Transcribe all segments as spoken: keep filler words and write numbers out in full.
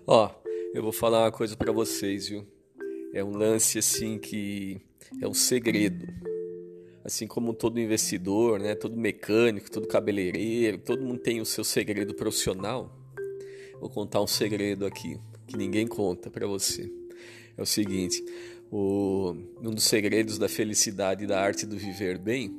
Ó, eu vou falar uma coisa pra vocês, viu? É um lance assim que é um segredo. Assim como todo investidor, né? Todo mecânico, todo cabeleireiro, todo mundo tem o seu segredo profissional. Vou contar um segredo aqui que ninguém conta pra você. É o seguinte, o, um dos segredos da felicidade e da arte do viver bem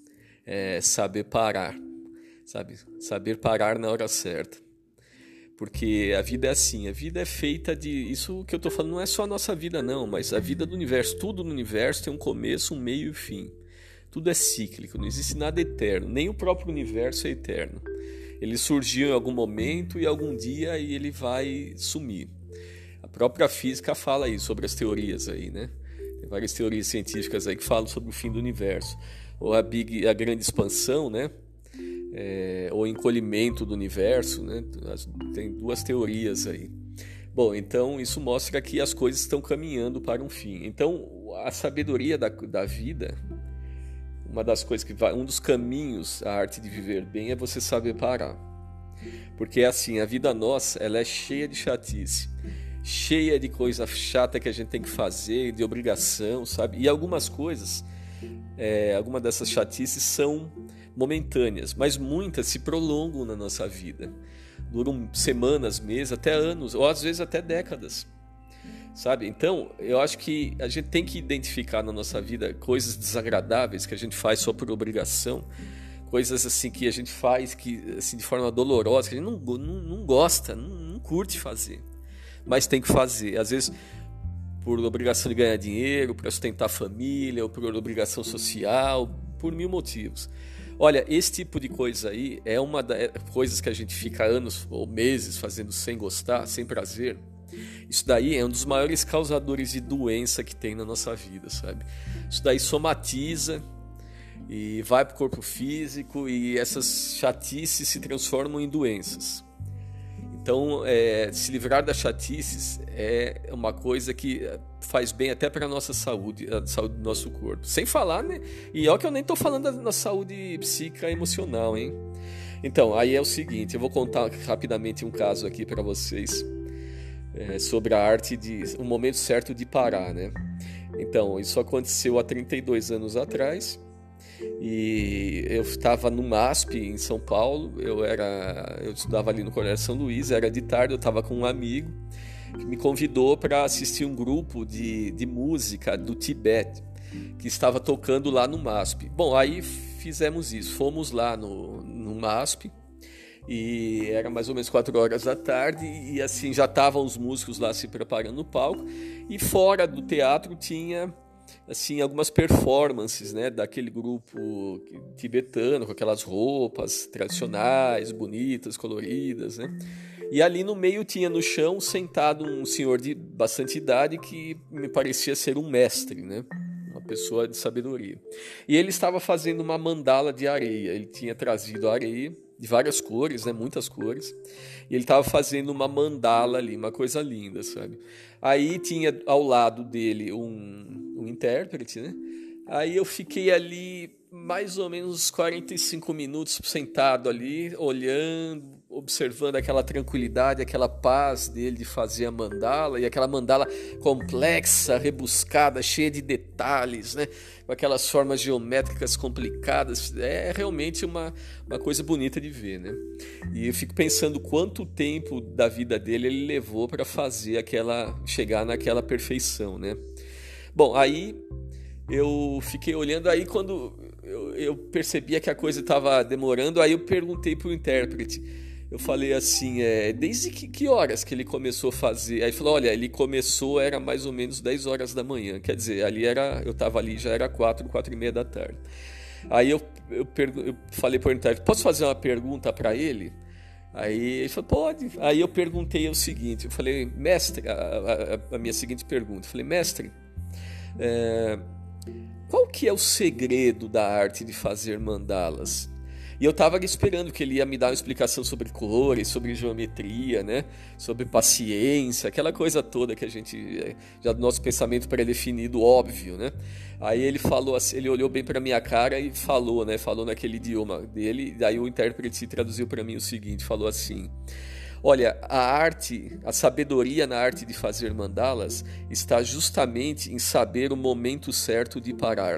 é saber parar, sabe? Saber parar na hora certa. Porque a vida é assim, a vida é feita de... Isso que eu tô falando não é só a nossa vida não, mas a vida do universo, tudo no universo tem um começo, um meio e fim. Tudo é cíclico, não existe nada eterno, nem o próprio universo é eterno. Ele surgiu em algum momento e algum dia e ele vai sumir. A própria física fala aí sobre as teorias aí, né? Tem várias teorias científicas aí que falam sobre o fim do universo. Ou a, big, a grande expansão, né? É, ou encolhimento do universo, né? Tem duas teorias aí. Bom, então isso mostra que as coisas estão caminhando para um fim. Então, a sabedoria da, da vida, uma das coisas que vai, um dos caminhos à arte de viver bem é você saber parar. Porque é assim, a vida nossa, ela é cheia de chatice, cheia de coisa chata que a gente tem que fazer, de obrigação, sabe? E algumas coisas, é, algumas dessas chatices são momentâneas, mas muitas se prolongam na nossa vida. Duram semanas, meses, até anos, ou às vezes até décadas, sabe? Então, eu acho que a gente tem que identificar na nossa vida coisas desagradáveis que a gente faz só por obrigação, coisas assim que a gente faz que, assim, de forma dolorosa, que a gente não, não, não gosta, não, não curte fazer, mas tem que fazer. Às vezes por obrigação de ganhar dinheiro, para sustentar a família, ou por obrigação social, por mil motivos. Olha, esse tipo de coisa aí é uma das coisas que a gente fica anos ou meses fazendo sem gostar, sem prazer. Isso daí é um dos maiores causadores de doença que tem na nossa vida, sabe? Isso daí somatiza e vai para o corpo físico e essas chatices se transformam em doenças. Então, é, se livrar das chatices é uma coisa que faz bem até para a nossa saúde, a saúde do nosso corpo. Sem falar, né? E é o que eu nem estou falando da nossa saúde psíquica e emocional, hein? Então, aí é o seguinte, eu vou contar rapidamente um caso aqui para vocês é, sobre a arte de... o momento certo de parar, né? Então, isso aconteceu há trinta e dois anos atrás. E eu estava no MASP em São Paulo, eu era eu estudava ali no Colégio São Luís, era de tarde, eu estava com um amigo que me convidou para assistir um grupo de, de música do Tibete que estava tocando lá no MASP. Bom, aí fizemos isso, fomos lá no, no MASP e era mais ou menos quatro horas da tarde e assim já estavam os músicos lá se preparando no palco e fora do teatro tinha assim algumas performances, né, daquele grupo tibetano com aquelas roupas tradicionais, bonitas, coloridas, né? E ali no meio tinha no chão sentado um senhor de bastante idade que me parecia ser um mestre, né? Uma pessoa de sabedoria. E ele estava fazendo uma mandala de areia. Ele tinha trazido areia de várias cores, né? Muitas cores. E ele estava fazendo uma mandala ali, uma coisa linda, sabe? Aí tinha ao lado dele um, um intérprete, né? Aí eu fiquei ali mais ou menos uns quarenta e cinco minutos sentado ali, olhando, observando aquela tranquilidade, aquela paz dele de fazer a mandala, e aquela mandala complexa, rebuscada, cheia de detalhes, né? Com aquelas formas geométricas complicadas. É realmente uma, uma coisa bonita de ver, né? E eu fico pensando quanto tempo da vida dele ele levou para fazer aquela, chegar naquela perfeição, né? Bom, aí eu fiquei olhando, aí quando eu, eu percebia que a coisa estava demorando, aí eu perguntei para o intérprete, eu falei assim, é, desde que, que horas que ele começou a fazer? Aí ele falou, olha, ele começou, era mais ou menos dez horas da manhã, quer dizer, ali era, eu estava ali, já era quatro, quatro e meia da tarde. Aí eu, eu, eu falei para o intérprete, posso fazer uma pergunta para ele? Aí ele falou, pode. Aí eu perguntei o seguinte, eu falei, mestre, a, a, a minha seguinte pergunta, eu falei, mestre, é, qual que é o segredo da arte de fazer mandalas? E eu estava esperando que ele ia me dar uma explicação sobre cores, sobre geometria, né? Sobre paciência, aquela coisa toda que a gente, já do nosso pensamento pré-definido, óbvio, né? Aí ele falou assim, ele olhou bem para minha cara e falou, né? Falou naquele idioma dele, daí o intérprete traduziu para mim o seguinte, falou assim, Olha, a arte, a sabedoria na arte de fazer mandalas está justamente em saber o momento certo de parar.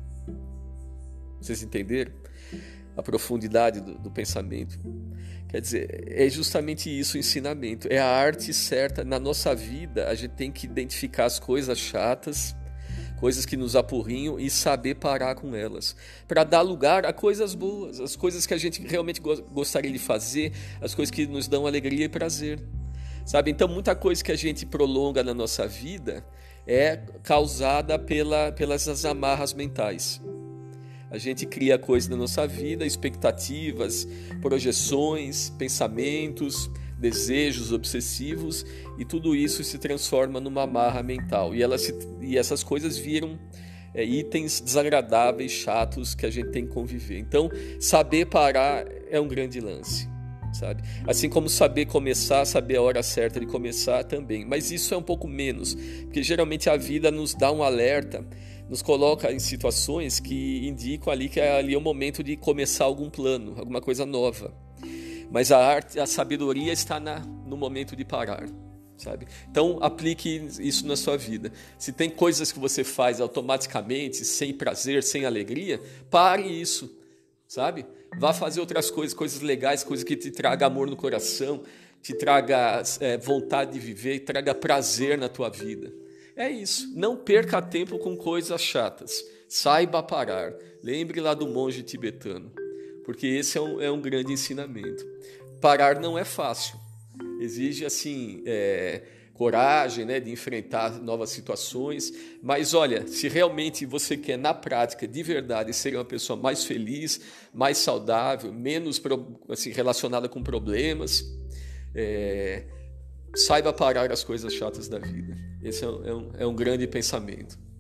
Vocês entenderam a profundidade do, do pensamento? Quer dizer, é justamente isso o ensinamento. É a arte certa. Na nossa vida, a gente tem que identificar as coisas chatas, coisas que nos apurrinham e saber parar com elas, para dar lugar a coisas boas, as coisas que a gente realmente gostaria de fazer, as coisas que nos dão alegria e prazer, sabe? Então, muita coisa que a gente prolonga na nossa vida é causada pela, pelas amarras mentais. A gente cria coisas na nossa vida, expectativas, projeções, pensamentos, desejos obsessivos, e tudo isso se transforma numa amarra mental. E, elas se, e essas coisas viram é, itens desagradáveis, chatos, que a gente tem que conviver. Então, saber parar é um grande lance, sabe? Assim como saber começar, saber a hora certa de começar também. Mas isso é um pouco menos, porque geralmente a vida nos dá um alerta, nos coloca em situações que indicam ali que ali é o momento de começar algum plano, alguma coisa nova. Mas a arte, a sabedoria está na, no momento de parar, sabe? Então, aplique isso na sua vida. Se tem coisas que você faz automaticamente, sem prazer, sem alegria, pare isso, sabe? Vá fazer outras coisas, coisas legais, coisas que te tragam amor no coração, te traga é, vontade de viver, traga prazer na tua vida. É isso, não perca tempo com coisas chatas, saiba parar, lembre lá do monge tibetano, porque esse é um, é um grande ensinamento. Parar não é fácil, exige assim, é, coragem, né, de enfrentar novas situações, mas olha, se realmente você quer na prática, de verdade, ser uma pessoa mais feliz, mais saudável, menos assim, relacionada com problemas, é, saiba parar as coisas chatas da vida. Esse é um, é um, é um grande pensamento.